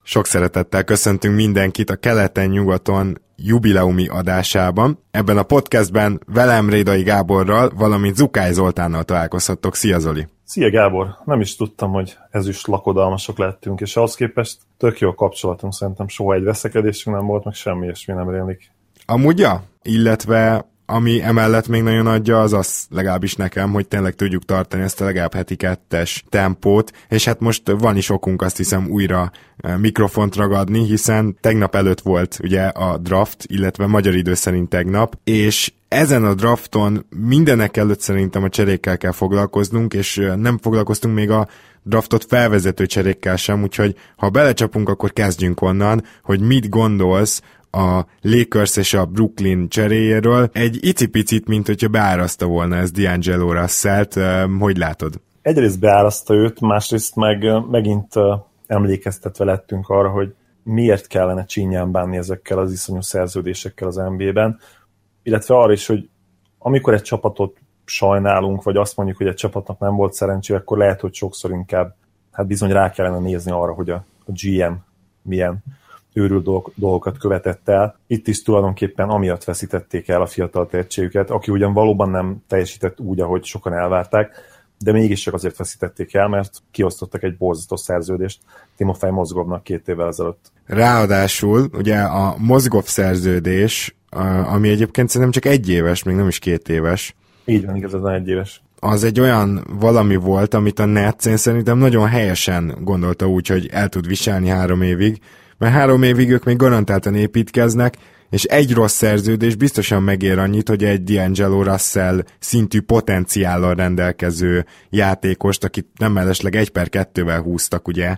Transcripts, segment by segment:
Sok szeretettel köszöntünk mindenkit a Keleten-nyugaton jubileumi adásában. Ebben a podcastben velem Rédai Gáborral, valamint Zukály Zoltánnal találkozhattok. Szia Zoli! Szia Gábor! Nem is tudtam, hogy ezüst lakodalmasok lettünk, és ahhoz képest tök jó a kapcsolatunk, szerintem soha egy veszekedésünk nem volt, meg semmi ilyesmi nem rémlik. Amúgy ja, illetve ami emellett még nagyon adja, az legalábbis nekem, hogy tényleg tudjuk tartani ezt a legalább heti 2-es tempót, és hát most van is okunk azt hiszem újra mikrofont ragadni, hiszen tegnap előtt volt ugye a draft, illetve magyar idő szerint tegnap, és ezen a drafton mindenek előtt szerintem a cserékkel kell foglalkoznunk, és nem foglalkoztunk még a draftot felvezető cserékkel sem, úgyhogy ha belecsapunk, akkor kezdjünk onnan, hogy mit gondolsz a Lakers és a Brooklyn cseréjéről. Egy icipicit, mint hogyha beáraszta volna ez D'Angelo Russellt. Hogy látod? Egyrészt beáraszta őt, másrészt megint emlékeztetve lettünk arra, hogy miért kellene csinyán bánni ezekkel az iszonyú szerződésekkel az NBA-ben, illetve arra is, hogy amikor egy csapatot sajnálunk, vagy azt mondjuk, hogy egy csapatnak nem volt szerencsé, akkor lehet, hogy sokszor inkább bizony rá kellene nézni arra, hogy a GM milyen őrült dolgokat követett el. Itt is tulajdonképpen amiatt veszítették el a fiatal tehetségüket, aki ugyan valóban nem teljesített úgy, ahogy sokan elvárták, de mégiscsak azért veszítették el, mert kiosztottak egy borzasztó szerződést Timofey Mozgovnak 2 évvel ezelőtt. Ráadásul ugye a Mozgov szerződés, ami egyébként szerintem csak 1 éves, még nem is 2 éves. Így van, igazán 1 éves. Az egy olyan valami volt, amit a Nets én szerintem nagyon helyesen gondolta úgy, hogy el tud viselni 3 évig, mert 3 évig ők még garantáltan építkeznek, és egy rossz szerződés biztosan megér annyit, hogy egy D'Angelo Russell szintű potenciállal rendelkező játékost, akit nem mellesleg 1/2-vel húztak ugye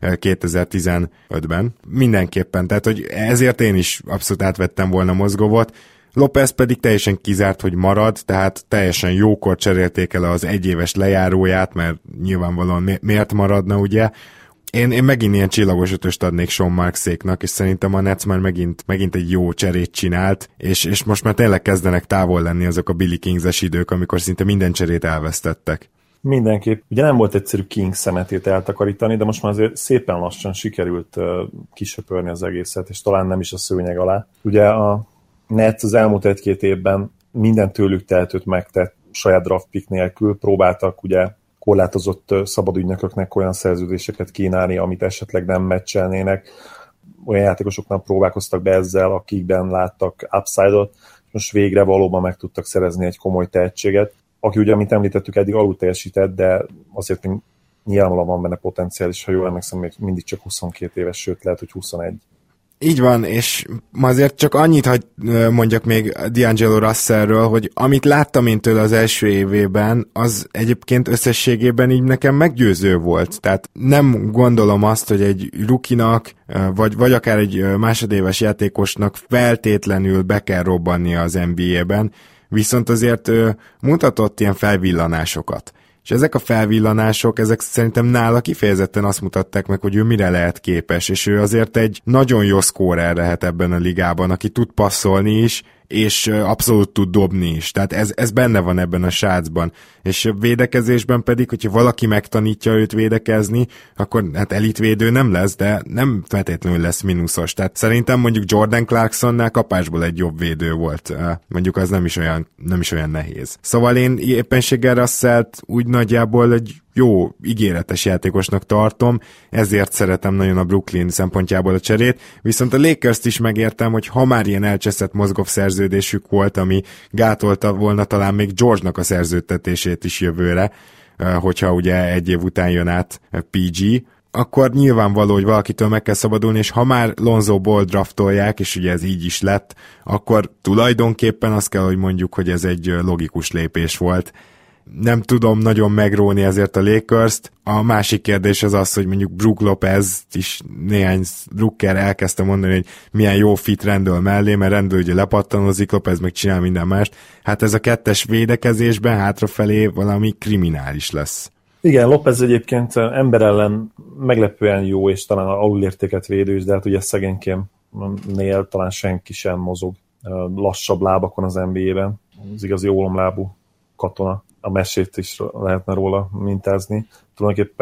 2015-ben. Mindenképpen, tehát hogy ezért én is abszolút átvettem volna Mozgovot. Lopez pedig teljesen kizárt, hogy marad, tehát teljesen jókor cserélték el az 1 éves lejáróját, mert nyilvánvalóan miért maradna, ugye? Én megint ilyen csillagos ötöst adnék Sean Markséknak, és szerintem a Nets már megint egy jó cserét csinált, és most már tényleg kezdenek távol lenni azok a Billy Kings-es idők, amikor szinte minden cserét elvesztettek. Mindenképp. Ugye nem volt egyszerű King szemetét eltakarítani, de most már azért szépen lassan sikerült kisöpörni az egészet, és talán nem is a szőnyeg alá. Ugye a Nets az elmúlt 1-2 évben minden tőlük tehetőt megtett saját draft pick nélkül, próbáltak ugye korlátozott szabad ügynököknek olyan szerződéseket kínálni, amit esetleg nem meccselnének. Olyan játékosoknak próbálkoztak be ezzel, akikben láttak upside-ot, és most végre valóban meg tudtak szerezni egy komoly tehetséget, aki ugye, amit említettük, eddig alul teljesített, de azért még nyilvánvalóan van benne potenciál, és ha jól emlékszem, még mindig csak 22 éves, sőt lehet, hogy 21. Így van, és azért csak annyit, hogy mondjak még D'Angelo Russellről, hogy amit láttam én tőle az első évében, az egyébként összességében így nekem meggyőző volt. Tehát nem gondolom azt, hogy egy rukinak, vagy akár egy másodéves játékosnak feltétlenül be kell robbannia az NBA-ben, viszont azért mutatott ilyen felvillanásokat. És ezek a felvillanások, ezek szerintem nála kifejezetten azt mutatták meg, hogy ő mire lehet képes, és ő azért egy nagyon jó szkórer lehet ebben a ligában, aki tud passzolni is, és abszolút tud dobni is. Tehát ez benne van ebben a srácban. És védekezésben pedig, hogyha valaki megtanítja őt védekezni, akkor hát elitvédő nem lesz, de nem feltétlenül lesz mínuszos. Tehát szerintem mondjuk Jordan Clarksonnál kapásból egy jobb védő volt. Mondjuk az nem is olyan nehéz. Szóval én éppenséggel Russellt úgy nagyjából egy jó, ígéretes játékosnak tartom, ezért szeretem nagyon a Brooklyn szempontjából a cserét, viszont a Lakers-t is megértem, hogy ha már ilyen elcseszett Mozgov szerződésük volt, ami gátolta volna talán még George-nak a szerződtetését is jövőre, hogyha ugye 1 év után jön át PG, akkor nyilvánvaló, hogy valakitől meg kell szabadulni, és ha már Lonzo Ball draftolják, és ugye ez így is lett, akkor tulajdonképpen azt kell, hogy mondjuk, hogy ez egy logikus lépés volt. Nem tudom nagyon megróni ezért a Lakers-t. A másik kérdés az, hogy mondjuk Brook Lopez is néhány drukker elkezdte mondani, hogy milyen jó fit Randall mellé, mert Randall ugye lepattanozik, Lopez meg csinál minden mást. Hát ez a 2-es védekezésben hátrafelé valami kriminális lesz. Igen, Lopez egyébként ember ellen meglepően jó, és talán alulértéket védő is, de hát ugye szegénykémnél talán senki sem mozog lassabb lábakon az NBA-ben. Az igazi ólomlábú katona. A mesét is lehetne róla mintázni. Tulajdonképpen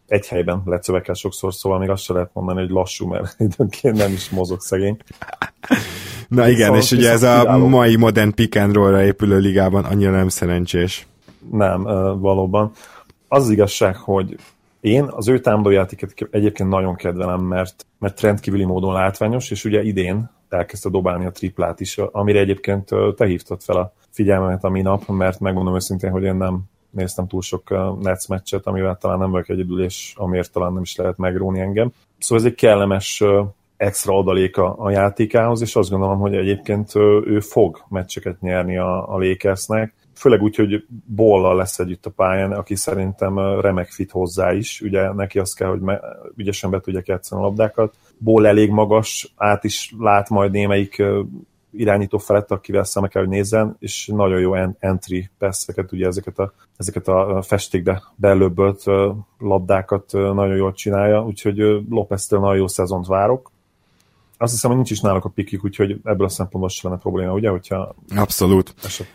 egy helyben lecövekel sokszor, szóval még azt se lehet mondani, hogy lassú, mert időnként nem is mozog szegény. Na igen, szóval, és ugye ez a mai modern pick and roll-ra épülő ligában annyira nem szerencsés. Nem, valóban. Az igazság, hogy én az ő támadójátéket egyébként nagyon kedvelem, mert rendkívüli módon látványos, és ugye idén elkezdte dobálni a triplát is, amire egyébként te hívtad fel a figyelmemet a minap, mert megmondom őszintén, hogy én nem néztem túl sok Nets meccset, amivel talán nem vagyok egyedül, és amiért talán nem is lehet megróni engem. Szóval ez egy kellemes extra adalék a játékához, és azt gondolom, hogy egyébként ő fog meccseket nyerni a Lakersnek, főleg úgy, hogy Ball-lal lesz együtt a pályán, aki szerintem remek fit hozzá is, ugye neki az kell, hogy ügyesen be tudják játszani a labdákat. Ball elég magas, át is lát majd némelyik irányító felett, akivel szembe kell, hogy nézzen, és nagyon jó entry passzeket, ugye ezeket a festékbe belöbbölt labdákat nagyon jól csinálja, úgyhogy Lopeztől nagyon jó szezont várok. Azt hiszem, hogy nincs is náluk a pikük, úgyhogy ebből a szempontból sem lenne probléma, ugye? Hogyha abszolút.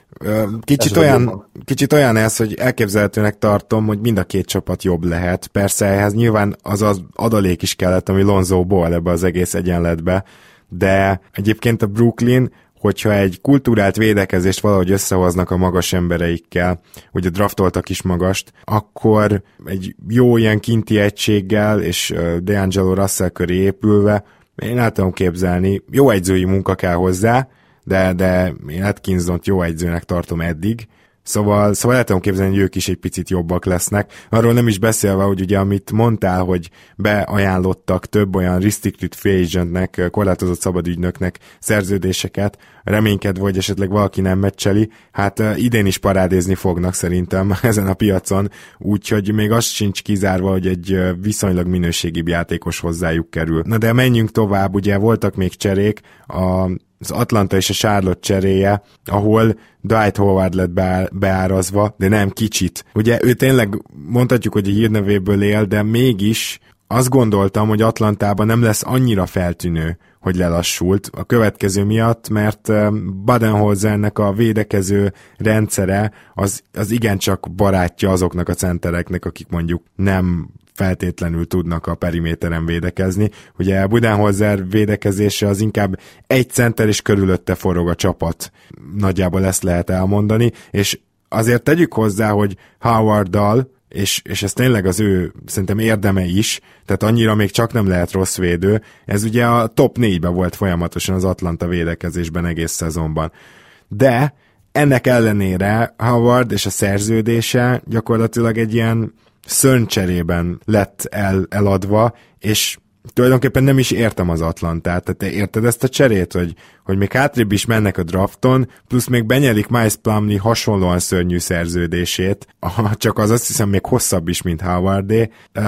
Kicsit olyan ez, hogy elképzelhetőnek tartom, hogy mind a két csapat jobb lehet. Persze ehhez nyilván az adalék is kellett, ami Lonzo Ball ebbe az egész egyenletbe, de egyébként a Brooklyn, hogyha egy kultúrált védekezést valahogy összehoznak a magas embereikkel, ugye draftoltak is magast, akkor egy jó ilyen kinti egységgel és D'Angelo Russell köré épülve én el tudom képzelni, jó egyzői munka kell hozzá, de én Atkinsont jó egyzőnek tartom eddig, szóval el tudom képzelni, hogy ők is egy picit jobbak lesznek. Arról nem is beszélve, hogy ugye amit mondtál, hogy beajánlottak több olyan restricted free agentnek, korlátozott szabadügynöknek szerződéseket, reménykedve, hogy esetleg valaki nem meccseli, hát idén is parádézni fognak szerintem ezen a piacon, úgyhogy még az sincs kizárva, hogy egy viszonylag minőségibb játékos hozzájuk kerül. Na de menjünk tovább, ugye voltak még cserék, az Atlanta és a Charlotte cseréje, ahol Dwight Howard lett beárazva, de nem kicsit. Ugye ő tényleg mondhatjuk, hogy a hírnevéből él, de mégis azt gondoltam, hogy Atlantában nem lesz annyira feltűnő, hogy lelassult a következő miatt, mert Budenholzernek a védekező rendszere az igencsak barátja azoknak a centereknek, akik mondjuk nem feltétlenül tudnak a periméteren védekezni. Ugye Budenholzer védekezése az inkább egy center és körülötte forog a csapat. Nagyjából ezt lehet elmondani, és azért tegyük hozzá, hogy Howarddal, és ez tényleg az ő szerintem érdeme is, tehát annyira még csak nem lehet rossz védő, ez ugye a top 4-ben volt folyamatosan az Atlanta védekezésben egész szezonban. De ennek ellenére Howard és a szerződése gyakorlatilag egy ilyen szörnycserében lett eladva, és tulajdonképpen nem is értem az Atlantát. Tehát te érted ezt a cserét, hogy még hátrébb is mennek a drafton, plusz még benyelik Miles Plumlee hasonlóan szörnyű szerződését, csak az azt hiszem még hosszabb is, mint Howardé.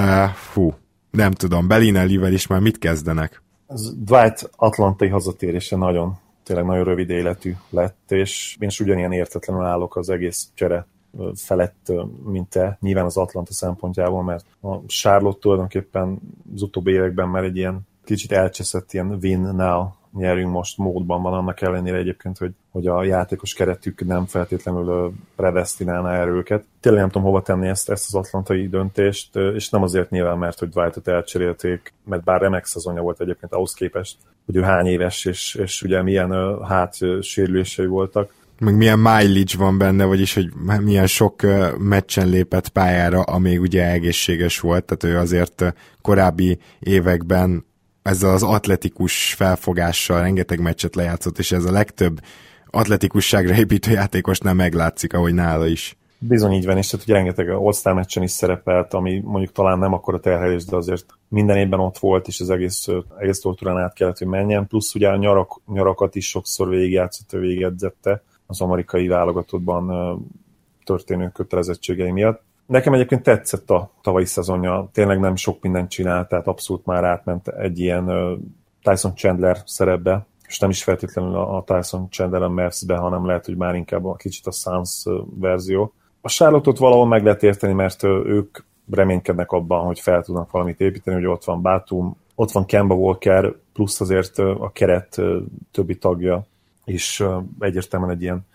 Nem tudom, Bellinellivel is már mit kezdenek? Dwight atlantai hazatérése tényleg nagyon rövid életű lett, és én is ugyanilyen értetlenül állok az egész csere felett, mint te, nyilván az Atlanta szempontjából, mert a Charlotte tulajdonképpen az utóbbi években már egy ilyen kicsit elcseszett ilyen win now nyerünk most módban van, annak ellenére egyébként, hogy a játékos keretük nem feltétlenül predesztinálná erre őket. Tényleg nem tudom hova tenni ezt az atlantai döntést, és nem azért nyilván, mert hogy Dwightot elcserélték, mert bár remek szezonja volt egyébként ahhoz képest, hogy ő hány éves, és ugye milyen sérülései voltak. Meg milyen mileage van benne, vagyis hogy milyen sok meccsen lépett pályára, amíg ugye egészséges volt, tehát ő azért korábbi években ezzel az atletikus felfogással rengeteg meccset lejátszott, és ez a legtöbb atletikusságra építő játékosnál meglátszik, ahogy nála is. Bizony így van, és tehát, hogy rengeteg All-Star meccsen is szerepelt, ami mondjuk talán nem akkora terhelés, de azért minden évben ott volt, és az egész tortúrán át kellett, hogy menjen, plusz ugye a nyarakat is sokszor végigjátszott, végigedzette az amerikai válogatottban történő kötelezettségei miatt. Nekem egyébként tetszett a tavalyi szezonja, tényleg nem sok mindent csinált, tehát abszolút már átment egy ilyen Tyson Chandler szerepbe, és nem is feltétlenül a Tyson Chandler a Mavs-be, hanem lehet, hogy már inkább a kicsit a Suns verzió. A Charlotte-ot valahol meg lehet érteni, mert ők reménykednek abban, hogy fel tudnak valamit építeni, hogy ott van Batum, ott van Kemba Walker, plusz azért a keret többi tagja, és egyértelműen egy ilyen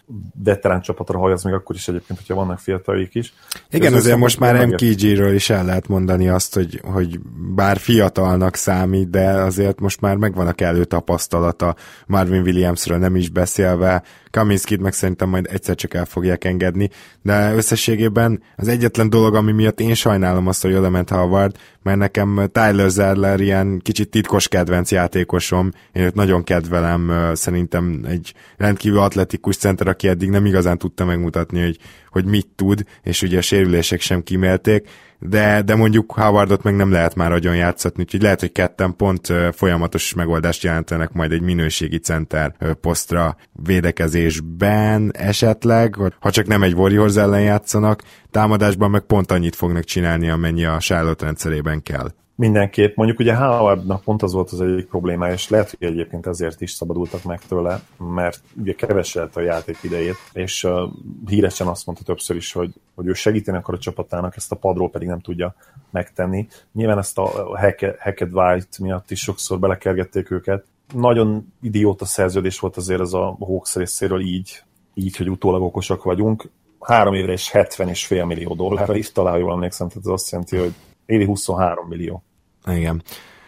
veterán csapatra hajaz, még akkor is egyébként, hogyha vannak fiataljaik is. Igen, azért most már MKG-ről is el lehet mondani azt, hogy bár fiatalnak számít, de azért most már megvan a kellő tapasztalata, Marvin Williamsről nem is beszélve, Kaminskit meg szerintem majd egyszer csak el fogják engedni, de összességében az egyetlen dolog, ami miatt én sajnálom azt, hogy oda ment Howard, mert nekem Tyler Zeller ilyen kicsit titkos kedvenc játékosom, én őt nagyon kedvelem, szerintem egy rendkívül atletikus center, aki eddig nem igazán tudta megmutatni, hogy mit tud, és ugye a sérülések sem kímélték, de mondjuk Howardot meg nem lehet már nagyon játszatni, úgyhogy lehet, hogy ketten pont folyamatos megoldást jelentenek majd egy minőségi center posztra védekezésben esetleg, ha csak nem egy Warriors ellen játszanak, támadásban meg pont annyit fognak csinálni, amennyi a Charlotte rendszerében kell. Mindenképp. Mondjuk ugye Howardnak pont az volt az egyik problémája, és lehet, hogy egyébként ezért is szabadultak meg tőle, mert ugye keveselt a játék idejét, és híresen azt mondta többször is, hogy ő segíteni akar a csapatának, ezt a padról pedig nem tudja megtenni. Nyilván ezt a Hackett White miatt is sokszor belekergették őket. Nagyon idióta szerződés volt azért ez a Hawks részéről így, hogy utólag okosak vagyunk. 3 évre és $70,5 millió is talán jól emlékszem, tehát ez azt jelenti, hogy évi 23 millió. Igen.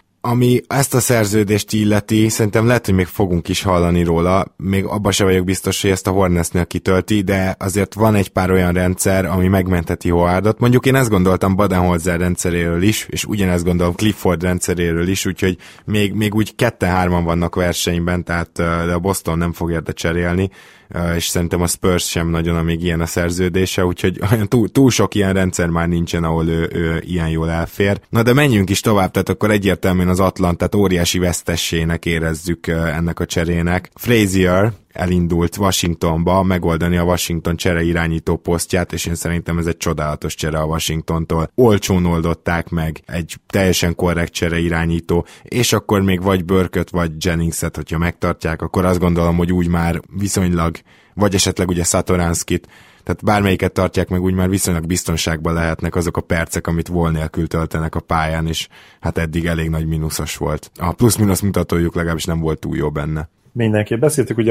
Ami ezt a szerződést illeti, szerintem lehet, hogy még fogunk is hallani róla, még abban sem vagyok biztos, hogy ezt a Hornetsnél kitölti, de azért van egy pár olyan rendszer, ami megmenteti Howardot. Mondjuk én ezt gondoltam Baden-Holzer rendszeréről is, és ugyanezt gondolom Clifford rendszeréről is, úgyhogy még úgy 2-3-an vannak versenyben, tehát de a Boston nem fog érte cserélni, és szerintem a Spurs sem nagyon, amíg ilyen a szerződése, úgyhogy túl sok ilyen rendszer már nincsen, ahol ő ilyen jól elfér. Na de menjünk is tovább, tehát akkor egyértelműen az Atlantát óriási vesztessének érezzük ennek a cserének. Frazier elindult Washingtonba megoldani a Washington csere irányító posztját, és én szerintem ez egy csodálatos csere a Washingtontól. Olcsón oldották meg egy teljesen korrekt csere irányító, és akkor még vagy Burkett, vagy Jenningset, hogyha megtartják, akkor azt gondolom, hogy úgy már viszonylag, vagy esetleg ugye Satoranskit, tehát bármelyiket tartják meg, úgy már viszonylag biztonságban lehetnek azok a percek, amit Wall nélkül töltenek a pályán, és hát eddig elég nagy mínuszos volt. A plusz-minusz mutatójuk legalábbis nem volt túl jó benne. Mindenképp. Beszéltük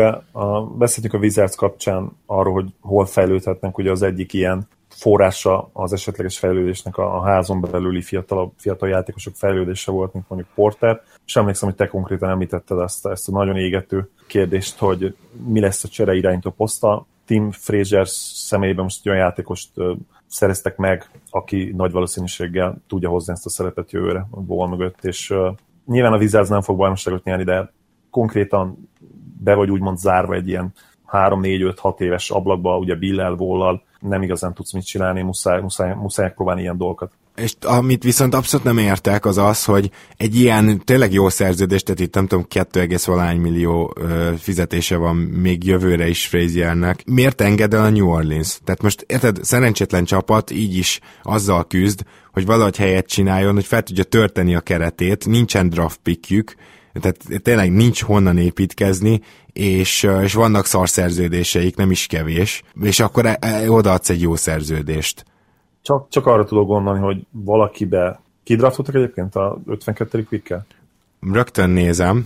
a Wizards kapcsán arról, hogy hol fejlődhetnek, ugye az egyik ilyen forrása az esetleges fejlődésnek a házon belüli fiatal játékosok fejlődése volt, mint mondjuk Porter, és emlékszem, hogy te konkrétan említetted ezt a nagyon égető kérdést, hogy mi lesz a csere irányító poszta. Tim Frazier személyében most olyan játékost szereztek meg, aki nagy valószínűséggel tudja hozni ezt a szerepet jövőre a Wall mögött, és nyilván a Wizards nem fog bajnokságot nyerni, de konkrétan be vagy úgymond zárva egy ilyen 3-4-5-6 éves ablakba, ugye Bill-el, Wall-al nem igazán tudsz mit csinálni, muszáj próbálni ilyen dolgokat. És amit viszont abszolút nem értek, az az, hogy egy ilyen tényleg jó szerződés, tehát itt nem tudom, 2,valány millió fizetése van még jövőre is Fraziernek. Miért enged el a New Orleans? Tehát most érted, szerencsétlen csapat így is azzal küzd, hogy valahogy helyet csináljon, hogy fel tudja törteni a keretét, nincsen draft pickjük, tehát tényleg nincs honnan építkezni, és vannak szarszerződéseik, nem is kevés, és akkor odaadsz egy jó szerződést. Csak arra tudok gondolni, hogy valakibe kidraftoltak egyébként a 52. pickkel? Rögtön nézem,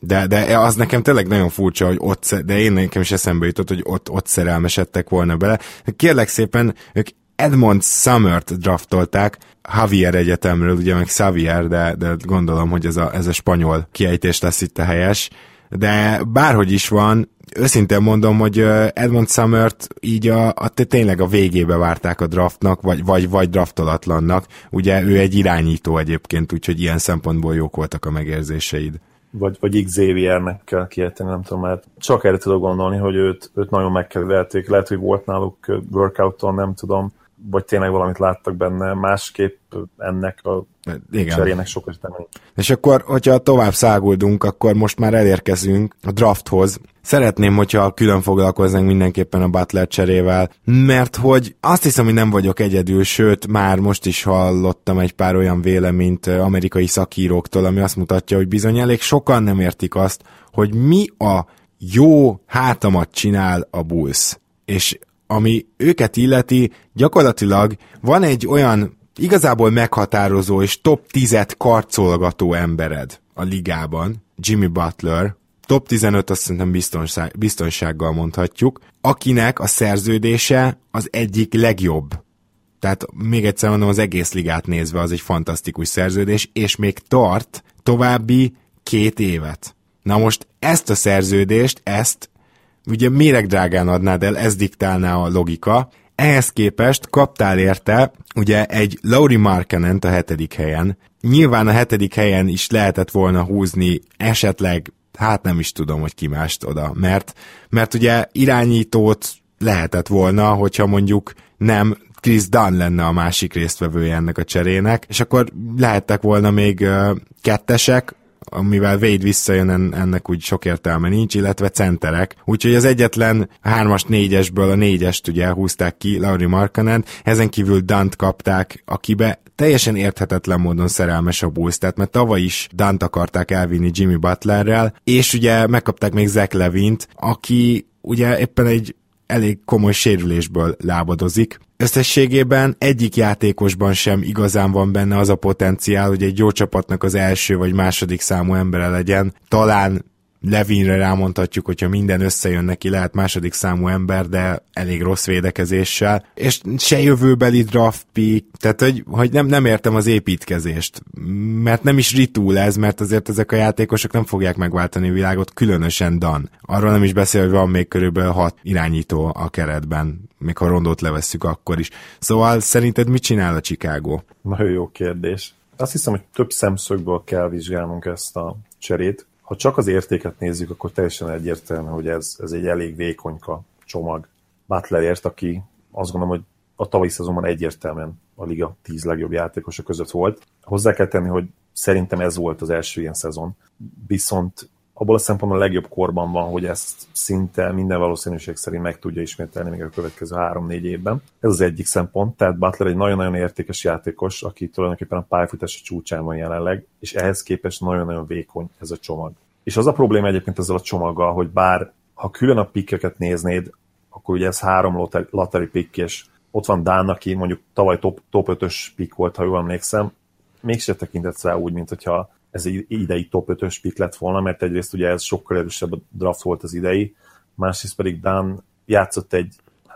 de az nekem tényleg nagyon furcsa, hogy nekem is eszembe jutott, hogy ott szerelmesedtek volna bele. Kérlek szépen, ők Edmond Summert draftolták Javier egyetemről, ugye meg Xavier, de gondolom, hogy ez a spanyol kiejtés lesz itt a helyes. De bárhogy is van, őszintén mondom, hogy Edmond Summert így tényleg a végébe várták a draftnak, vagy draftolatlannak. Ugye ő egy irányító egyébként, úgyhogy ilyen szempontból jók voltak a megérzéseid. Vagy Xaviernek kell kiejteni, nem tudom, mert csak erre tudok gondolni, hogy őt nagyon megkedvelték. Lehet, hogy volt náluk workouton, nem tudom, vagy tényleg valamit láttak benne, másképp ennek a cserének sokat tenni. És akkor, hogyha tovább száguldunk, akkor most már elérkezünk a drafthoz. Szeretném, hogyha külön foglalkoznánk mindenképpen a Butler cserével, mert hogy azt hiszem, hogy nem vagyok egyedül, sőt, már most is hallottam egy pár olyan véleményt amerikai szakíróktól, ami azt mutatja, hogy bizony elég sokan nem értik azt, hogy mi a jó hátamat csinál a Bulls. És ami őket illeti, gyakorlatilag van egy olyan igazából meghatározó és top 10-et karcolgató embered a ligában, Jimmy Butler, top 15 azt szerintem biztonsággal mondhatjuk, akinek a szerződése az egyik legjobb. Tehát még egyszer mondom, az egész ligát nézve az egy fantasztikus szerződés, és még tart további 2 évet. Na most ezt a szerződést, ugye méregdrágán adnád el, ez diktálná a logika. Ehhez képest kaptál érte ugye egy Lauri Markkanent a 7. helyen. Nyilván a 7. helyen is lehetett volna húzni esetleg, hát nem is tudom, hogy ki mást oda, mert ugye irányítót lehetett volna, hogyha mondjuk nem Chris Dunn lenne a másik résztvevője ennek a cserének, és akkor lehettek volna még kettesek, amivel Wade visszajön, ennek úgy sok értelme nincs, illetve centerek. Úgyhogy az egyetlen 3-as, 4-esből a 4-est ugye húzták ki, Lauri Markkanent, ezen kívül Dunt kapták, akibe teljesen érthetetlen módon szerelmes a Bulls, tehát mert tavaly is Dunt akarták elvinni Jimmy Butlerrel, és ugye megkapták még Zach Levint, aki ugye éppen egy elég komoly sérülésből lábadozik. Összességében egyik játékosban sem igazán van benne az a potenciál, hogy egy jó csapatnak az első vagy második számú embere legyen. Talán Levinre rámondhatjuk, hogyha minden összejön neki, lehet második számú ember, de elég rossz védekezéssel. És se jövőbeli draft pick, tehát hogy nem értem az építkezést, mert nem is ritúl ez, mert azért ezek a játékosok nem fogják megváltani a világot, különösen Dan. Arról nem is beszél, hogy van még körülbelül 6 irányító a keretben, még ha Rondót levesszük akkor is. Szóval szerinted mit csinál a Chicago? Nagyon jó kérdés. Azt hiszem, hogy több szemszögből kell vizsgálnunk ezt a cserét. Ha csak az értéket nézzük, akkor teljesen egyértelmű, hogy ez egy elég vékonyka csomag Butlerért, aki azt gondolom, hogy a tavalyi szezonban egyértelműen a liga 10 legjobb játékosa között volt. Hozzá kell tenni, hogy szerintem ez volt az első ilyen szezon, viszont abból a szempontból a legjobb korban van, hogy ezt szinte minden valószínűség szerint meg tudja ismételni még a következő 3-4 évben. Ez az egyik szempont, tehát Butler egy nagyon-nagyon értékes játékos, aki tulajdonképpen a pályafutása csúcsán van jelenleg, és ehhez képest nagyon-nagyon vékony ez a csomag. És az a probléma egyébként ezzel a csomaggal, hogy bár ha külön a pikkeket néznéd, akkor ugye ez 3 lottery pick, és ott van Dán, aki mondjuk tavaly top 5-ös pick volt, ha jól emlékszem, mégse tekintetsz rá úgy, mint hogyha ez egy idei top 5-ös pick lett volna, mert egyrészt ugye ez sokkal erősebb draft volt az idei, másrészt pedig Dan játszott egy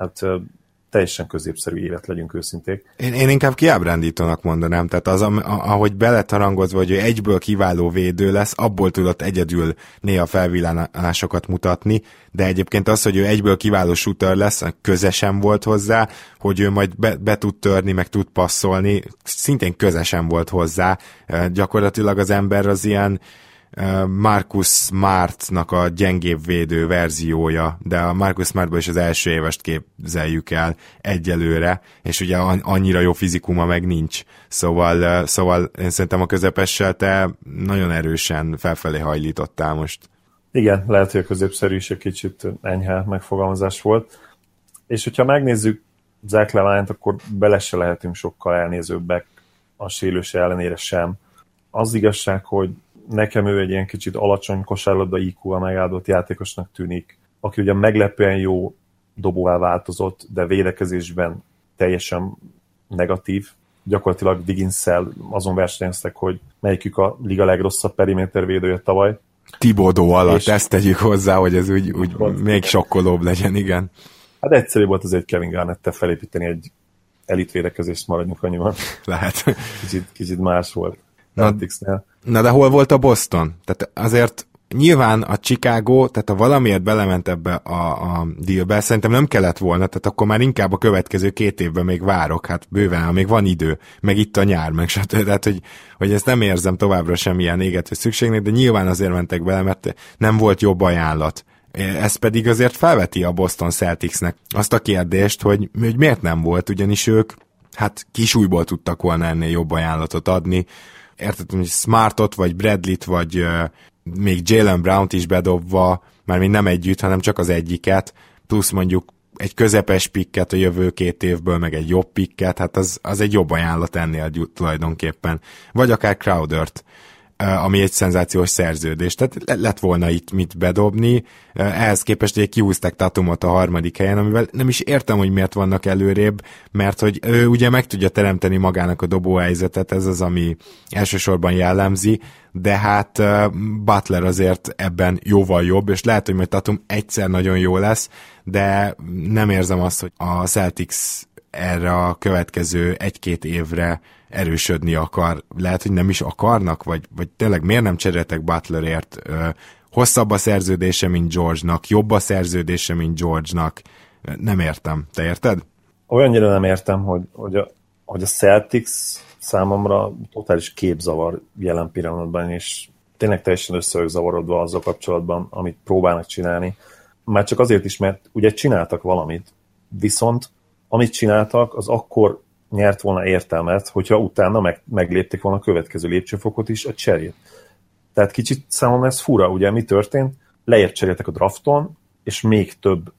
teljesen középszerű évet, legyünk őszinték. Én inkább kiábrándítónak mondanám, tehát az, ahogy be lett harangozva, hogy ő egyből kiváló védő lesz, abból tudott egyedül néha felvillánásokat mutatni, de egyébként az, hogy ő egyből kiváló shooter lesz, köze sem volt hozzá, hogy ő majd be tud törni, meg tud passzolni, szintén köze sem volt hozzá. Gyakorlatilag az ember az ilyen Marcus Smartnak a gyengébb védő verziója, de a Marcus Smartból is az első évest képzeljük el egyelőre, és ugye annyira jó fizikuma meg nincs. Szóval én szerintem a közepessel te nagyon erősen felfelé hajlítottál most. Igen, lehet, hogy a középszerű is egy kicsit enyhe megfogalmazás volt. És hogyha megnézzük Zach Levine-t, akkor bele se lehetünk sokkal elnézőbbek a sérülése ellenére sem. Az igazság, hogy nekem ő egy ilyen kicsit alacsony kosárlabda IQ-val megáldott játékosnak tűnik, aki ugye meglepően jó dobóvá változott, de védekezésben teljesen negatív. Gyakorlatilag Wiggins-szel azon versenyeztek, hogy melyikük a liga legrosszabb perimétervédője tavaly. Thibodeau alatt, ezt tegyük hozzá, hogy ez úgy még sokkolóbb legyen, igen. Hát egyszerű volt az egy Kevin Garnett-tel felépíteni egy elitvédekezést, maradjunk annyiban. Lehet. Kicsit más volt. Na de hol volt a Boston? Tehát azért nyilván a Chicago, tehát ha valamiért belement ebbe a dealbe, szerintem nem kellett volna, tehát akkor már inkább a következő 2 évben még várok, hát bőven, még van idő, meg itt a nyár, meg stb. Tehát, hogy ezt nem érzem továbbra sem ilyen égető szükségnek, de nyilván azért mentek bele, mert nem volt jobb ajánlat. Ez pedig azért felveti a Boston Celticsnek azt a kérdést, hogy miért nem volt, ugyanis ők hát kisújból tudtak volna ennél jobb ajánlatot adni. Érted, hogy Smartot, vagy Bradleyt, vagy még Jaylen Brownt is bedobva, már még nem együtt, hanem csak az egyiket, plusz mondjuk egy közepes pikket a jövő 2 évből, meg egy jobb pikket, hát az egy jobb ajánlat ennél tulajdonképpen. Vagy akár Crowdert, ami egy szenzációs szerződés. Tehát lett volna itt mit bedobni, ehhez képest ugye kihúzták Tatumot a 3. helyen, amivel nem is értem, hogy miért vannak előrébb, mert hogy ő ugye meg tudja teremteni magának a dobóhelyzetet, ez az, ami elsősorban jellemzi, de hát Butler azért ebben jóval jobb, és lehet, hogy majd Tatum egyszer nagyon jó lesz, de nem érzem azt, hogy a Celtics erre a következő 1-2 évre erősödni akar. Lehet, hogy nem is akarnak, vagy tényleg miért nem cseréltek Butlerért? Hosszabb a szerződése, mint George-nak, jobb a szerződése, mint George-nak. Nem értem. Te érted? Olyannyira nem értem, hogy a Celtics számomra totális képzavar jelen pillanatban, és tényleg teljesen össze vagyok zavarodva azzal kapcsolatban, amit próbálnak csinálni. Már csak azért is, mert ugye csináltak valamit, viszont amit csináltak, az akkor nyert volna értelmet, hogyha utána meglépték volna a következő lépcsőfokot is, a cserét. Tehát kicsit számomra ez fura, ugye mi történt? Lejjebb cseréltek a drafton, és még több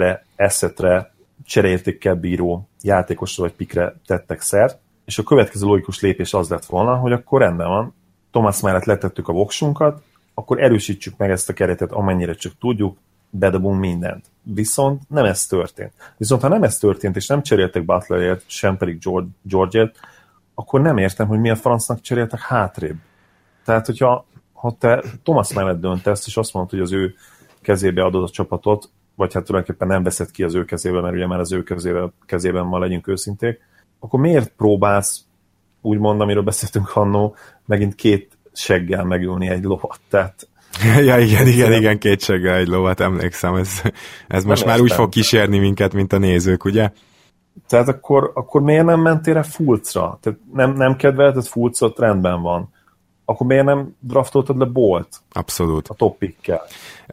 eszetre, csereértékkel bíró játékosra vagy pikre tettek szert, és a következő logikus lépés az lett volna, hogy akkor rendben van, Thomas mellett letettük a voksunkat, akkor erősítsük meg ezt a keretet, amennyire csak tudjuk, bedobunk mindent. Viszont nem ez történt. Viszont ha nem ez történt, és nem cseréltek Butlerért, sem pedig George-ért, akkor nem értem, hogy mi a francnak cseréltek hátrébb. Tehát, hogyha te Thomas mellett döntesz, és azt mondod, hogy az ő kezébe adod a csapatot, vagy hát tulajdonképpen nem veszed ki az ő kezébe, mert ugye már az ő kezében van, legyünk őszinték, akkor miért próbálsz, úgymond, amiről beszéltünk annó, megint 2 seggel megülni egy lovat? Tehát ja, igen, 2 seggel egy lovat, emlékszem, ez most már úgy fog kísérni minket, mint a nézők, ugye? Tehát akkor miért nem mentél rá Fultzra? Tehát nem kedvelted Fultzot, rendben van. Akkor miért nem draftoltad le Bolt? Abszolút. A top pickkel.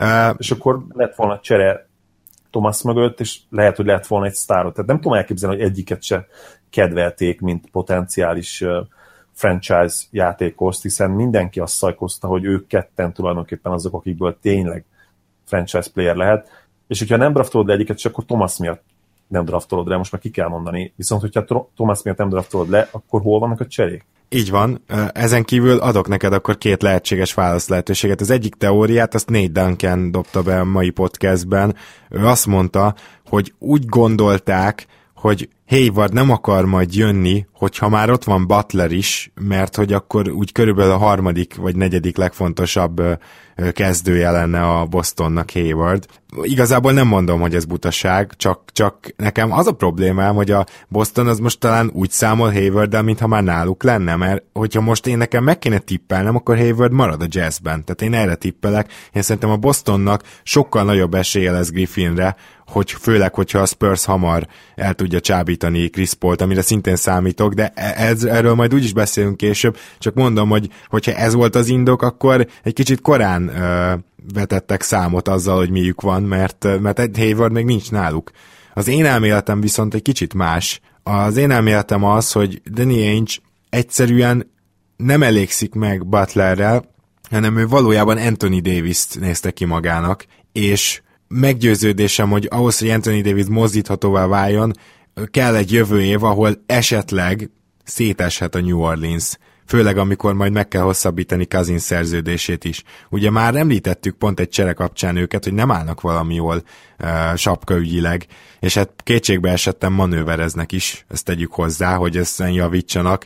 És akkor lett volna csere Thomas mögött, és lehet, hogy lett volna egy sztárot. Tehát nem tudom elképzelni, hogy egyiket se kedvelték, mint potenciális franchise játékost, hiszen mindenki azt szajkozta, hogy ők ketten tulajdonképpen azok, akikből tényleg franchise player lehet, és hogyha nem draftolod le egyiket, akkor Thomas miatt nem draftolod le, most már ki kell mondani. Viszont, hogyha Thomas miatt nem draftolod le, akkor hol vannak a cserék? Így van. Ezen kívül adok neked akkor 2 lehetséges válasz lehetőséget. Az egyik teóriát, azt Nate Duncan dobta be a mai podcastben. Ő azt mondta, hogy úgy gondolták, hogy Hayward nem akar majd jönni, hogyha már ott van Butler is, mert hogy akkor úgy körülbelül a 3. vagy 4. legfontosabb kezdője lenne a Bostonnak Hayward. Igazából nem mondom, hogy ez butaság, csak nekem az a problémám, hogy a Boston az most talán úgy számol Haywarddal, mintha már náluk lenne, mert hogyha most én nekem meg kéne tippelnem, akkor Hayward marad a Jazzben. Tehát én erre tippelek. Én szerintem a Bostonnak sokkal nagyobb esélye lesz Griffinre, hogy főleg, hogyha a Spurs hamar el tudja csábítani Chris Pault, amire szintén számítok, de erről majd úgyis beszélünk később, csak mondom, hogy hogyha ez volt az indok, akkor egy kicsit korán vetettek számot azzal, hogy miük van, mert egy Hayward még nincs náluk. Az én elméletem viszont egy kicsit más. Az én elméletem az, hogy Danny Ainge egyszerűen nem elégszik meg Butlerrel, hanem ő valójában Anthony Davis-t nézte ki magának, és meggyőződésem, hogy ahhoz, hogy Anthony Davis mozdíthatóvá váljon, kell egy jövő év, ahol esetleg széteshet a New Orleans. Főleg amikor majd meg kell hosszabbítani Cousins szerződését is. Ugye már említettük pont egy csere kapcsán őket, hogy nem állnak valami jól sapkaügyileg, és hát kétségbe esettem manővereznek is, ezt tegyük hozzá, hogy ezen javítsanak,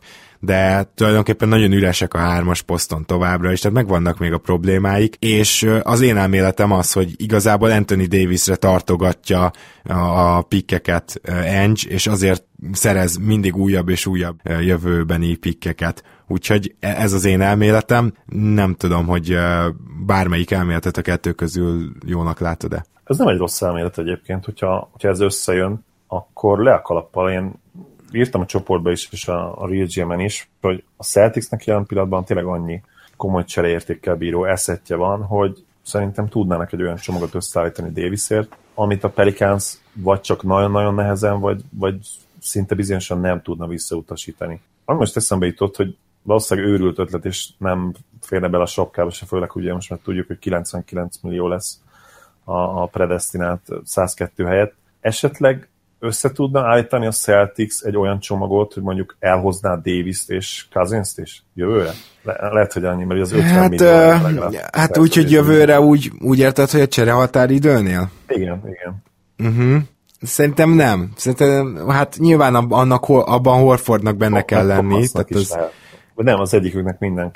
de tulajdonképpen nagyon üresek a 3-as poszton továbbra is, tehát megvannak még a problémáik, és az én elméletem az, hogy igazából Anthony Davisre tartogatja a pikkeket Ainge, és azért szerez mindig újabb és újabb jövőbeni pikkeket. Úgyhogy ez az én elméletem. Nem tudom, hogy bármelyik elméletet a 2 közül jónak látod-e. Ez nem egy rossz elmélet egyébként, hogyha ez összejön, akkor le a kalappal. Én írtam a csoportba is, és a Real GM-en is, hogy a Celticsnek jelen pillanatban tényleg annyi komoly csereértékkel bíró eszetje van, hogy szerintem tudnának egy olyan csomagot összeállítani Davisért, amit a Pelicans vagy csak nagyon-nagyon nehezen, vagy szinte bizonyosan nem tudna visszautasítani. Ami most eszembe jutott, hogy valószínűleg őrült ötlet, és nem férne bele a sapkába se, főleg ugye most már tudjuk, hogy 99 millió lesz a predestinált 102 helyett. Esetleg össze tudna állítani a Celtics egy olyan csomagot, hogy mondjuk elhozná Davis-t és Cousins-t is jövőre? Lehet, hogy annyi, mert az 50 millió. Hát úgy, hogy jövőre úgy érted, hogy a cserehatáridőnél? Igen. Szerintem nem. Szerintem, hát nyilván abban Horfordnak benne kell lenni. Tehát nem, az egyiküknek mindenképp.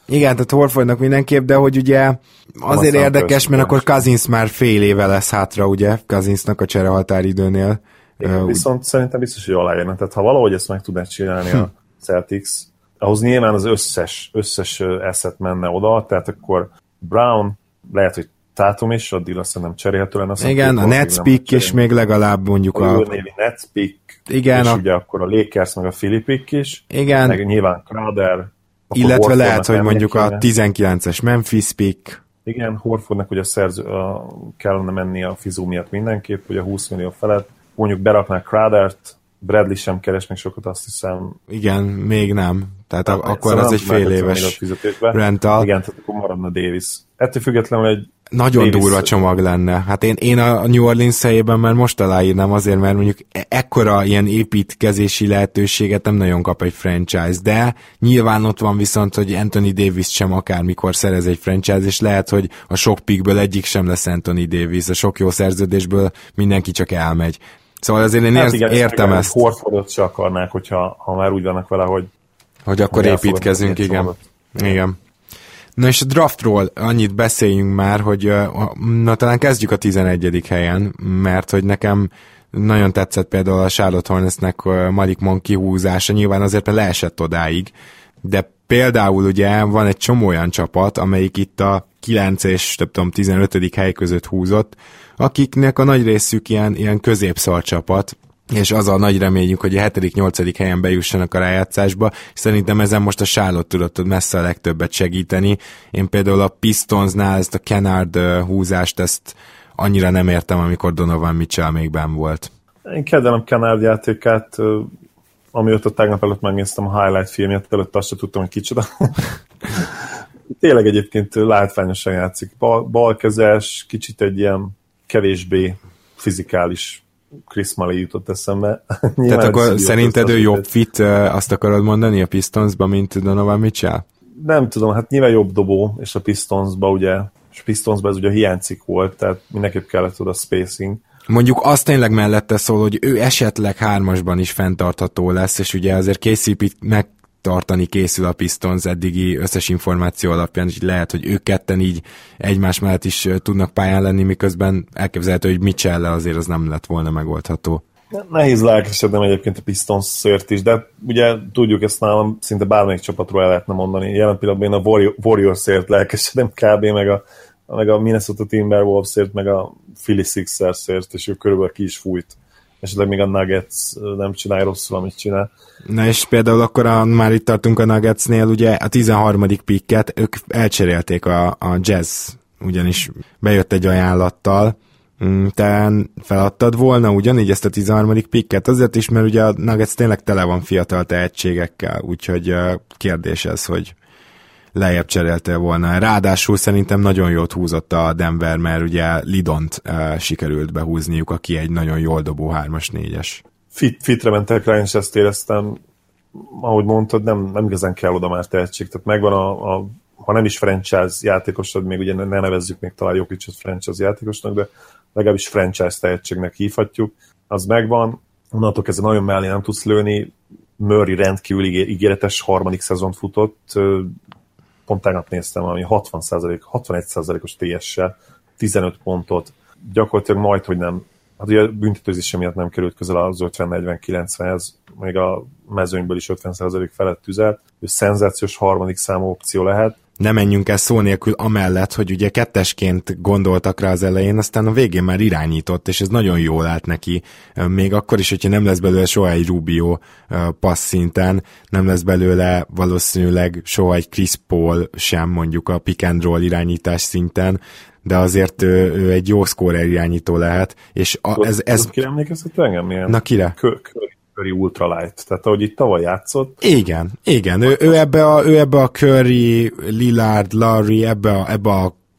Igen, tehát Horfordnak mindenképp, de hogy ugye azért érdekes, mert akkor Cousins már fél éve lesz hátra, ugye, Cousinsnak a cserehatáridőnél. Viszont szerintem biztos, hogy aláérne. Tehát ha valahogy ezt meg tudná csinálni a Celtics, ahhoz nyilván az összes asset menne oda, tehát akkor Brown, lehet, hogy Tatum is, addig azt nem cserélhető lenne. Igen, a Nets pick, és még legalább mondjuk a névi Nets pick, igen, és ugye akkor a Lakers meg a Philly pick is, igen, meg nyilván Crowder, illetve lehet, hogy mondjuk a 19-es Memphis pick. Igen, Horfordnak ugye kellene menni a fizú miatt mindenképp, ugye 20 millió felett. Mondjuk beraknák Crowdert, Bradley sem keres még sokat, azt hiszem. Igen, még nem. Tehát akkor az egy fél éves rental. Igen, tehát akkor maradna Davis. Ettől függetlenül egy nagyon durva csomag lenne. Hát én a New Orleans helyében már most aláírnám azért, mert mondjuk ekkora ilyen építkezési lehetőséget nem nagyon kap egy franchise, de nyilván ott van viszont, hogy Anthony Davis sem akármikor szerez egy franchise, és lehet, hogy a sok pickből egyik sem lesz Anthony Davis, a sok jó szerződésből mindenki csak elmegy. Szóval azért én értem ezt. Horfordot se akarnák, ha már úgy vannak vele, hogy akkor építkezünk, igen. Na és a draftról annyit beszéljünk már, hogy talán kezdjük a 11. helyen, mert hogy nekem nagyon tetszett például a Charlotte Hornetsnek Malik Monk kihúzása, nyilván azért leesett odáig, de például ugye van egy csomó olyan csapat, amelyik itt a 9 és 15. hely között húzott, akiknek a nagy részük ilyen középszar csapat, és az a nagy reményünk, hogy a 7.-8. helyen bejussanak a rájátszásba, és szerintem ezen most a Charlotte tudott messze a legtöbbet segíteni. Én például a Pistonsnál ezt a Kennard húzást, ezt annyira nem értem, amikor Donovan Mitchell még benn volt. Én kedvelem Kennard játékát, amióta tegnap előtt megnéztem a highlight filmjét, előtt azt sem tudtam, hogy kicsoda. Tényleg egyébként látványosan játszik. Balkezes, kicsit egy ilyen kevésbé fizikális Chris Mulley jutott eszembe. Tehát akkor szerinted ő jobb fit, azt akarod mondani a Pistonsba, mint Donovan Mitchell? Nem tudom, hát nyilván jobb dobó, és a Pistonsba ugye, és Pistonsba ez ugye hiányzik volt, tehát mindenképp kellett oda spacing. Mondjuk azt tényleg mellette szól, hogy ő esetleg 3-asban is fenntartható lesz, és ugye azért KCP-t megtartani készül a Pistons eddigi összes információ alapján, és lehet, hogy ők ketten így egymás mellett is tudnak pályán lenni, miközben elképzelhető, hogy Mitchell-lel azért az nem lett volna megoldható. Nehéz lelkesednem egyébként a Pistonsért is, de ugye tudjuk, ezt nálam szinte bármelyik csapatról el lehetne mondani. Jelen pillanatban én a Warriorsért lelkesedem kb. meg a Minnesota Timberwolvesért, meg a Philly Sixersért, és ő körülbelül ki is fújt. Esetleg még a Nuggets nem csinálja rosszul, amit csinál. Na és például akkor már itt tartunk a Nuggetsnél, ugye a 13. picket ők elcserélték a Jazz, ugyanis bejött egy ajánlattal. Te feladtad volna ugyanígy ezt a 13. picket? Azért is, mert ugye a Nuggets tényleg tele van fiatal tehetségekkel, úgyhogy kérdés ez, hogy lejjebb cseréltél volna. Ráadásul szerintem nagyon jót húzott a Denver, mert ugye Lidont sikerült behúzniuk, aki egy nagyon jól dobó 3-as, 4-es. Fitre mentek rá, és ezt éreztem, ahogy mondtad, nem igazán kell oda már tehetség. Tehát megvan ha nem is franchise játékosod, még ugye ne nevezzük még talán Jokicot franchise játékosnak, de legalábbis franchise tehetségnek hívhatjuk. Az megvan, onnantól kezdve nagyon mellé nem tudsz lőni. Murray rendkívül ígéretes harmadik szezont futott, pont tegnap néztem, ami 61%-os TS-sel, 15 pontot, gyakorlatilag majd, hogy nem, hát ugye büntetőzése miatt nem került közel az 50-40-90-hez, még a mezőnyből is 50% felett tüzelt, ő szenzációs harmadik számú opció lehet. Ne menjünk el szó nélkül amellett, hogy ugye kettesként gondoltak rá az elején, aztán a végén már irányított, és ez nagyon jól állt neki. Még akkor is, hogyha nem lesz belőle soha egy Rubio passz szinten, nem lesz belőle valószínűleg soha egy Chris Paul sem mondjuk a pick and roll irányítás szinten, de azért ő egy jó scorer irányító lehet. És ez kire emlékeztet engem milyen? Na kire? Curry ultralight, tehát ahogy itt tavaly játszott. Igen. Ő ebbe a Curry, Lillard, Lowry, ebbe a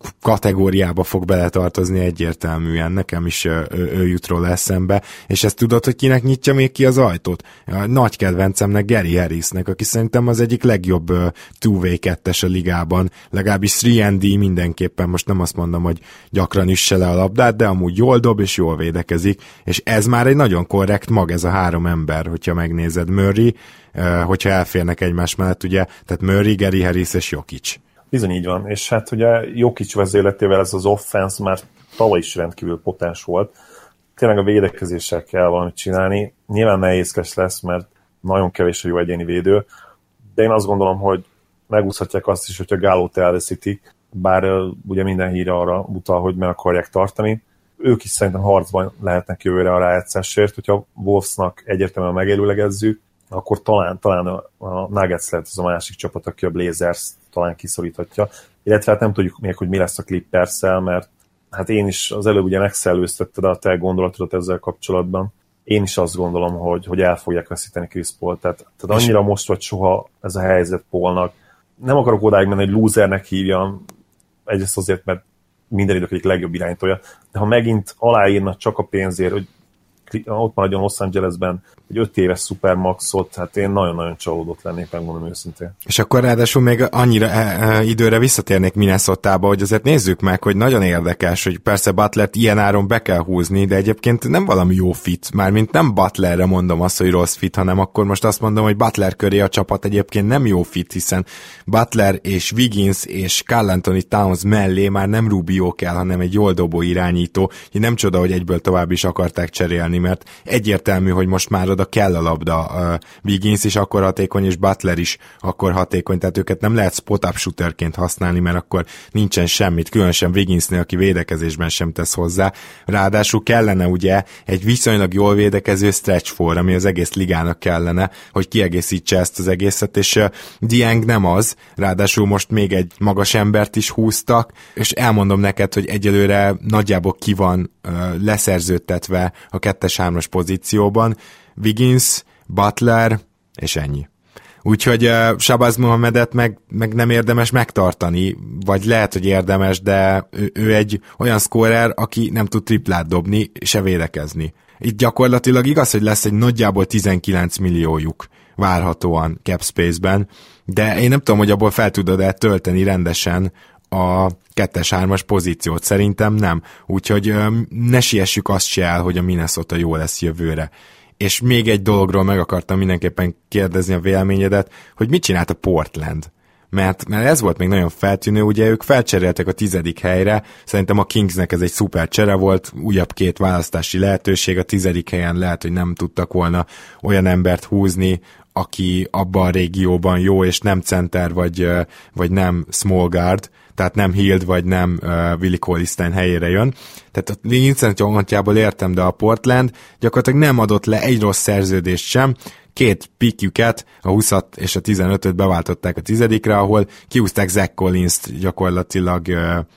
kategóriába fog beletartozni egyértelműen, nekem is ő jut róla eszembe, és ezt tudod, hogy kinek nyitja még ki az ajtót? A nagy kedvencemnek, Gary Harrisnek, aki szerintem az egyik legjobb two-way kettes a ligában, legalábbis 3&D mindenképpen, most nem azt mondom, hogy gyakran üsse le a labdát, de amúgy jól dob és jól védekezik, és ez már egy nagyon korrekt mag, ez a három ember, hogyha megnézed. Murray, hogyha elférnek egymás mellett, ugye, tehát Murray, Gary Harris és Jokic. Bizony így van, és hát ugye Jokic vezérletével ez az offense már tavaly is rendkívül potens volt. Tényleg a védekezéssel kell valamit csinálni. Nyilván nehézkes lesz, mert nagyon kevés a jó egyéni védő, de én azt gondolom, hogy megúszhatják azt is, hogyha Gallót elveszítik, bár ugye minden híre arra utal, hogy meg akarják tartani. Ők is szerintem harcban lehetnek jövőre a rájátszásért, hogyha Wolvesnak egyértelműen megelőlegezzük, akkor talán a Nuggets lehet az a másik csapat, aki a Blazers talán kiszoríthatja, illetve hát nem tudjuk még, hogy mi lesz a Clippers-szel, mert hát én is az előbb ugye megszellőztetted a te gondolatodat ezzel kapcsolatban. Én is azt gondolom, hogy el fogják veszíteni Chris Paul, tehát annyira most vagy soha ez a helyzet Paulnak. Nem akarok odáig menni, hogy losernek hívjam, egyrészt azért, mert minden idők egyik legjobb irányítója, de ha megint aláírna csak a pénzért, hogy ott maradjon Los Angelesben egy 5 éves Supermaxot, hát én nagyon-nagyon csalódott lennék, megmondom őszintén. És akkor ráadásul még annyira időre visszatérnék Minnesotába, hogy azért nézzük meg, hogy nagyon érdekes, hogy persze Butlert ilyen áron be kell húzni, de egyébként nem valami jó fit, mármint nem Butlerre mondom azt, hogy rossz fit, hanem akkor most azt mondom, hogy Butler köré a csapat egyébként nem jó fit, hiszen Butler és Wiggins és Karl Anthony Towns mellé már nem Rubio kell, hanem egy jól dobó irányító, így nem csoda, hogy egyből tovább is akarták cserélni, mert egyértelmű, hogy most már oda kell a labda. Wiggins is akkor hatékony, és Butler is akkor hatékony, tehát őket nem lehet spot-up shooterként használni, mert akkor nincsen semmit, különösen Wigginsnél, aki védekezésben sem tesz hozzá. Ráadásul kellene ugye egy viszonylag jól védekező stretch four, ami az egész ligának kellene, hogy kiegészítse ezt az egészet, és Dieng nem az, ráadásul most még egy magas embert is húztak, és elmondom neked, hogy egyelőre nagyjából ki van leszerződtetve a 2-3-as pozícióban, Wiggins, Butler, és ennyi. Úgyhogy Shabazz Mohamedet meg nem érdemes megtartani, vagy lehet, hogy érdemes, de ő egy olyan scorer, aki nem tud triplát dobni, se védekezni. Itt gyakorlatilag igaz, hogy lesz egy nagyjából 19 milliójuk várhatóan cap space-ben, de én nem tudom, hogy abból fel tudod-e tölteni rendesen a 2-3-as pozíciót, szerintem nem. Úgyhogy ne siessük azt se el, hogy a Minnesota jó lesz jövőre. És még egy dologról meg akartam mindenképpen kérdezni a véleményedet, hogy mit csinált a Portland? Mert ez volt még nagyon feltűnő, ugye ők felcseréltek a 10. helyre, szerintem a Kingsnek ez egy szuper csere volt, újabb 2 választási lehetőség, a 10. helyen lehet, hogy nem tudtak volna olyan embert húzni, aki abban a régióban jó, és nem center, vagy nem small guard, tehát nem Hield, vagy nem Willie Cauley-Stein helyére jön. Tehát a Vincent pontjából értem, de a Portland gyakorlatilag nem adott le egy rossz szerződést sem, 2 pickjüket, a 20-at és a 15-öt beváltották a 10-re, ahol kiúzták Zach Collins-t gyakorlatilag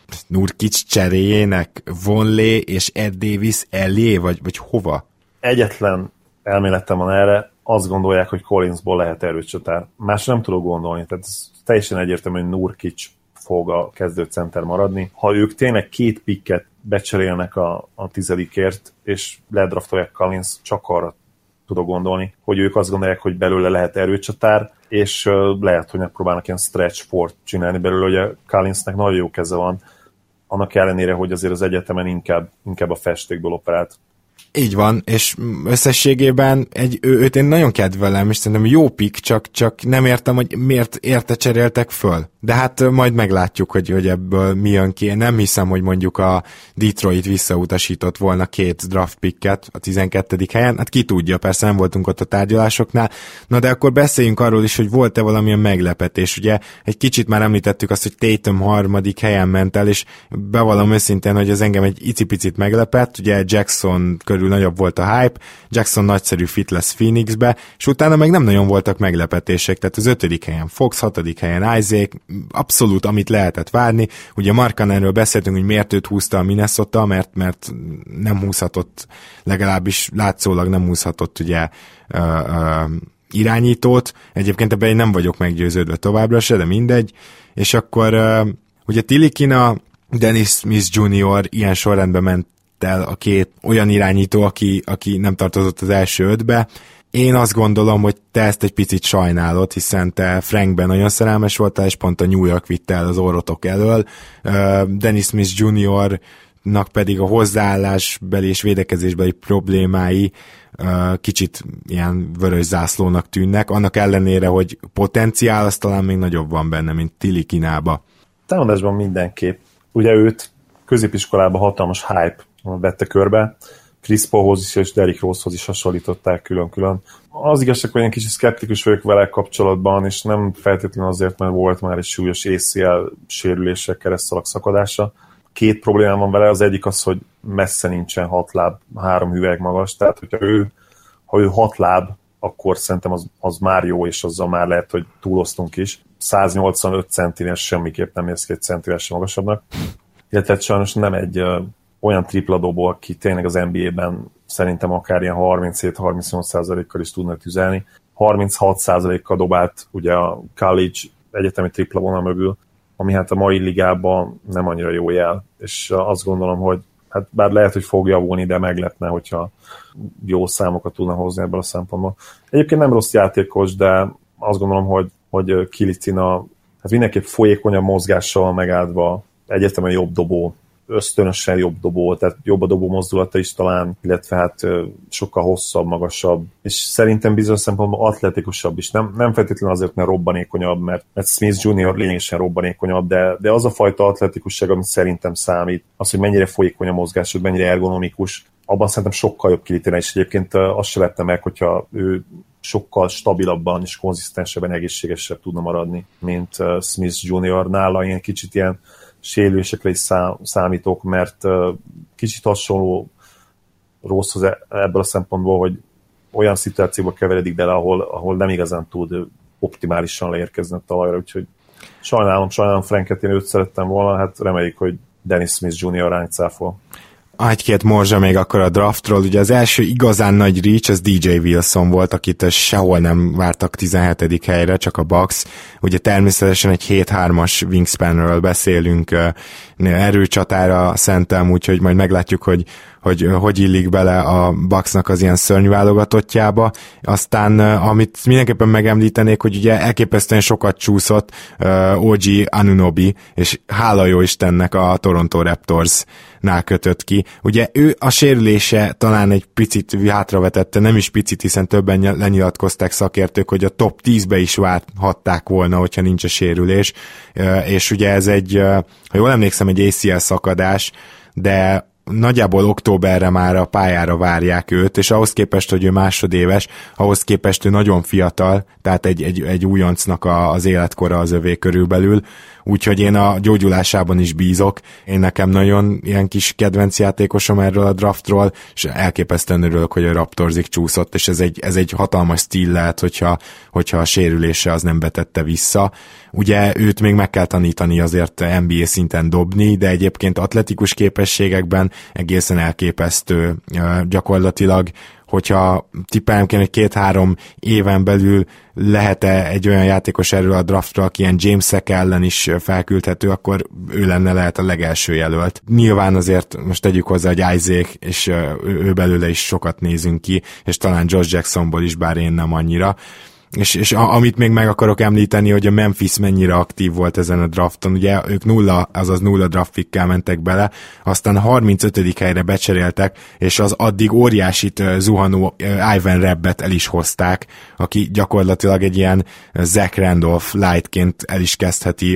Nurkic cseréjének Vonleh és Ed Davis elé, vagy hova? Egyetlen elméletem van erre, azt gondolják, hogy Collinsból lehet erőcsatár. Más nem tudok gondolni, tehát ez teljesen egyértelmű, hogy Nurkic fog a kezdőcenter maradni. Ha ők tényleg 2 picket becserélnek a 10-ért, és ledraftolják Collins, csak arra tudok gondolni, hogy ők azt gondolják, hogy belőle lehet erőcsatár, és lehet, hogy megpróbálnak ilyen stretch four csinálni belőle, hogy a Collinsnek nagyon jó keze van, annak ellenére, hogy azért az egyetemen inkább a festékből operált. Így van, és összességében őt én nagyon kedvelem, és szerintem jó pick, csak nem értem, hogy miért érte cseréltek föl. De hát majd meglátjuk, hogy ebből mi jön ki. Én nem hiszem, hogy mondjuk a Detroit visszautasított volna 2 draft picket a 12. helyen. Hát ki tudja, persze nem voltunk ott a tárgyalásoknál. Na de akkor beszéljünk arról is, hogy volt-e valamilyen meglepetés. Ugye egy kicsit már említettük azt, hogy Tatum 3. helyen ment el, és bevallom őszintén, hogy ez engem egy icipicit meglepett. Ugye Jackson körül nagyobb volt a hype, Jackson nagyszerű fit lesz Phoenixbe, és utána meg nem nagyon voltak meglepetések, tehát az 5. helyen Fox, 6. helyen Isaac, abszolút amit lehetett várni. Ugye Markkanenről beszéltünk, hogy miért őt húzta a Minnesota, mert nem húzhatott, legalábbis látszólag nem húzhatott ugye irányítót. Egyébként ebben én nem vagyok meggyőződve továbbra se, de mindegy. És akkor ugye Tilikina Dennis Smith Jr. ilyen sorrendben ment el a két olyan irányító, aki nem tartozott az első ötbe. Én azt gondolom, hogy te ezt egy picit sajnálod, hiszen te Frankben nagyon szerelmes voltál, és pont a New York vitte el az orrotok elől. Dennis Smith Jr.-nak pedig a hozzáállásbeli és védekezésbeli problémái kicsit ilyen vörös zászlónak tűnnek, annak ellenére, hogy potenciál az talán még nagyobb van benne, mint Tilikinába. Támadásban mindenképp. Ugye őt középiskolában hatalmas hype vette körbe, Chris Paulhoz is és Derrick Rosehoz is hasonlították külön-külön. Az igazság, hogy én kicsit szkeptikus vagyok vele kapcsolatban, és nem feltétlenül azért, mert volt már egy súlyos ACL sérülése, keresztalak szakadása. Két problémám van vele, az egyik az, hogy messze nincsen 6 láb, 3 hüvelyk magas, tehát ha ő 6 láb, akkor szerintem az már jó, és azzal már lehet, hogy túloztunk is. 185 centinél semmiképp nem érsz 2 centivel sem magasabbnak. Illetve sajnos nem egy olyan tripladobó, aki tényleg az NBA-ben szerintem akár ilyen 37-38%-kal is tudnak tüzelni. 36%-kal dobált ugye a college egyetemi tripla vonal mögül, ami hát a mai ligában nem annyira jó jel, és azt gondolom, hogy hát bár lehet, hogy fog javulni, de meglepne, hogyha jó számokat tudna hozni ebből a szempontból. Egyébként nem rossz játékos, de azt gondolom, hogy Kilicina hát mindenképp folyékonyabb mozgással megáldva, egyetemen jobb dobó, ösztönösen jobb dobó, tehát jobb a dobó mozdulata is talán, illetve hát sokkal hosszabb, magasabb, és szerintem bizonyos szempontból atletikusabb is. Nem feltétlenül azért, mert robbanékonyabb, mert Smith Jr. lényegesen robbanékonyabb, de az a fajta atletikusság, amit szerintem számít, az, hogy mennyire folyékony a mozgás, hogy mennyire ergonomikus, abban szerintem sokkal jobb Kilitére, és egyébként azt se lepte meg, hogyha ő sokkal stabilabban és konzisztensebben, egészségesebb tudna maradni, mint Smith Jr. Nála én kicsit ilyen sérülésekre is számítok, mert kicsit hasonló Rosshoz ebből a szempontból, hogy olyan szituációba keveredik bele, ahol nem igazán tud optimálisan leérkezni a talajra, úgyhogy sajnálom Franket, én őt szerettem volna, hát reméljük, hogy Dennis Smith Jr. ránk cáfol. Egy-két morzsa még akkor a draftról. Ugye az első igazán nagy reach az DJ Wilson volt, akit sehol nem vártak 17. helyre, csak a Bucks. Ugye természetesen egy 7-3-as wingspanről beszélünk, erőcsatára szentem, úgyhogy majd meglátjuk, hogy illik bele a Bucksnak az ilyen szörnyválogatottjába. Aztán, amit mindenképpen megemlítenék, hogy ugye elképesztően sokat csúszott OG Anunoby, és hála jó Istennek a Toronto Raptorsnál kötött ki. Ugye ő a sérülése talán egy picit hátravetette, nem is picit, hiszen többen lenyilatkozták szakértők, hogy a top 10-be is várhatták volna, hogyha nincs a sérülés, és ugye ez egy, ha jól emlékszem, egy ACL szakadás, de nagyjából októberre már a pályára várják őt, és ahhoz képest, hogy ő másodéves, ahhoz képest ő nagyon fiatal, tehát egy újoncnak az életkora az övé körülbelül, úgyhogy én a gyógyulásában is bízok. Én nekem nagyon ilyen kis kedvenc játékosom erről a draftról, és elképesztően örülök, hogy a Raptorsig csúszott, és ez egy hatalmas stíl lehet, hogyha a sérülése az nem betette vissza. Ugye őt még meg kell tanítani azért NBA szinten dobni, de egyébként atletikus képességekben egészen elképesztő gyakorlatilag, hogyha tippelem kéne, hogy 2-3 éven belül lehet-e egy olyan játékos erről a draftra, aki ilyen Jamesek ellen is felküldhető, akkor ő lenne lehet a legelső jelölt. Nyilván azért most tegyük hozzá, hogy Isaac, és ő belőle is sokat nézünk ki, és talán Josh Jacksonból is, bár én nem annyira. És amit még meg akarok említeni, hogy a Memphis mennyire aktív volt ezen a drafton, ugye ők nulla draft pickkel mentek bele, aztán a 35. helyre becseréltek, és az addig óriásit zuhanó Ivan Rabbet el is hozták, aki gyakorlatilag egy ilyen Zach Randolph lightként el is kezdheti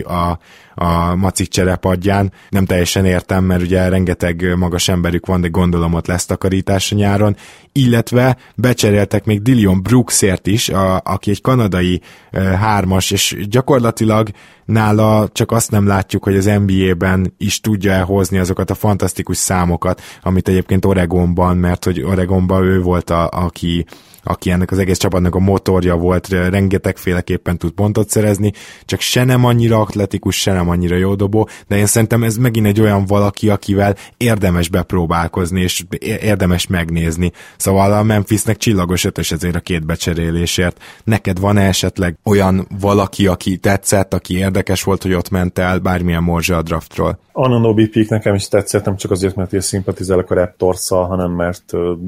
a macik cserepadján. Nem teljesen értem, mert ugye rengeteg magas emberük van, de gondolom ott lesz takarítás a nyáron, illetve becseréltek még Dillon Brooksért is, aki egy kanadai 3-as, és gyakorlatilag nála csak azt nem látjuk, hogy az NBA-ben is tudja elhozni azokat a fantasztikus számokat, amit egyébként Oregonban, mert hogy Oregonban ő volt aki aki ennek az egész csapatnak a motorja volt, rengetegféleképpen tud pontot szerezni, csak se nem annyira atletikus, se nem annyira jó dobó, de én szerintem ez megint egy olyan valaki, akivel érdemes bepróbálkozni, és érdemes megnézni. Szóval a Memphisnek csillagos 5-ös ezért a 2 becserélésért. Neked van esetleg olyan valaki, aki tetszett, aki érdekes volt, hogy ott ment el, bármilyen morzsa a draftról? Anunoby Pick nekem is tetszett, nem csak azért, mert én szimpatizálok a Raptorszal, hanem mert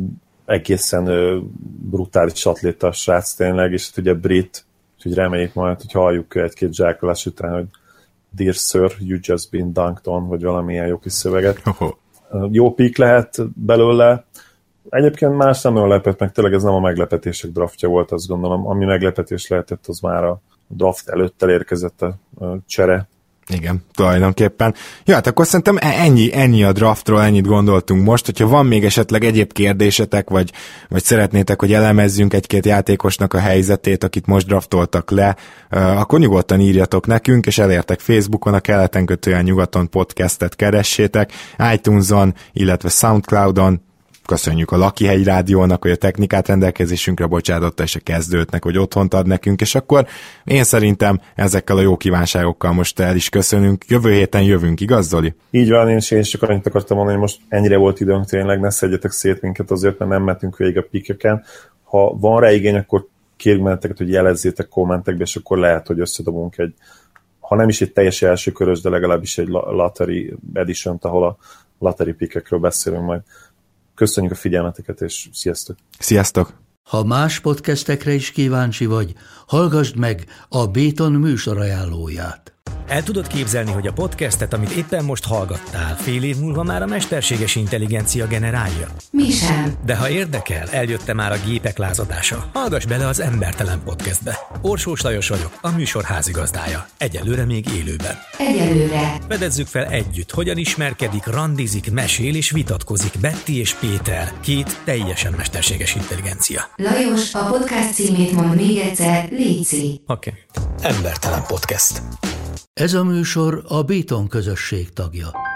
egészen brutális atléta a srác tényleg, és ugye brit, úgyhogy reméljük majd, hogy halljuk egy-két zsákolás után, hogy Dear Sir, you just been dunked on, vagy valamilyen jó kis szöveget. Jó pick lehet belőle. Egyébként más nem olyan lepett, meg tényleg ez nem a meglepetések draftja volt, azt gondolom. Ami meglepetés lehetett, az már a draft előtt elérkezett a csere. Igen, tulajdonképpen. Ja, hát akkor szerintem ennyi a draftról, ennyit gondoltunk most. Hogyha van még esetleg egyéb kérdésetek, vagy szeretnétek, hogy elemezzünk egy-két játékosnak a helyzetét, akit most draftoltak le, akkor nyugodtan írjatok nekünk, és elértek Facebookon, a Keleten-nyugaton podcastet keressétek, iTunes-on, illetve Soundcloud-on. Köszönjük a Lakihegy Rádiónak, hogy a technikát rendelkezésünkre bocsátotta, és a Kezdőtnek, hogy otthont ad nekünk, és akkor én szerintem ezekkel a jó kívánságokkal most el is köszönünk. Jövő héten jövünk, igaz, Zoli? Így van, én csak annyit akartam mondani, hogy most ennyire volt időnk tényleg, ne szedjetek szét minket azért, mert nem mentünk végig a pikeken. Ha van rá igény, akkor kérjük benneteket, hogy jelezzétek kommentekbe, és akkor lehet, hogy összedobunk egy, ha nem is egy teljes első körös, de legalábbis egy lottery edition-t, ahol a lottery pikekről beszélünk majd. Köszönjük a figyelmeteket, és sziasztok! Sziasztok! Ha más podcastekre is kíváncsi vagy, hallgassd meg a Béton műsor ajánlóját. El tudod képzelni, hogy a podcastet, amit éppen most hallgattál, fél év múlva már a mesterséges intelligencia generálja? Mi sem. De ha érdekel, eljött már a gépek lázadása. Hallgass bele az Embertelen Podcastbe. Orsós Lajos vagyok, a műsor házigazdája. Egyelőre még élőben. Egyelőre. Fedezzük fel együtt, hogyan ismerkedik, randizik, mesél és vitatkozik Betty és Péter, 2 teljesen mesterséges intelligencia. Lajos, a podcast címét mond még egyszer, léci. Oké. Embertelen Podcast. Ez a műsor a Béton közösség tagja.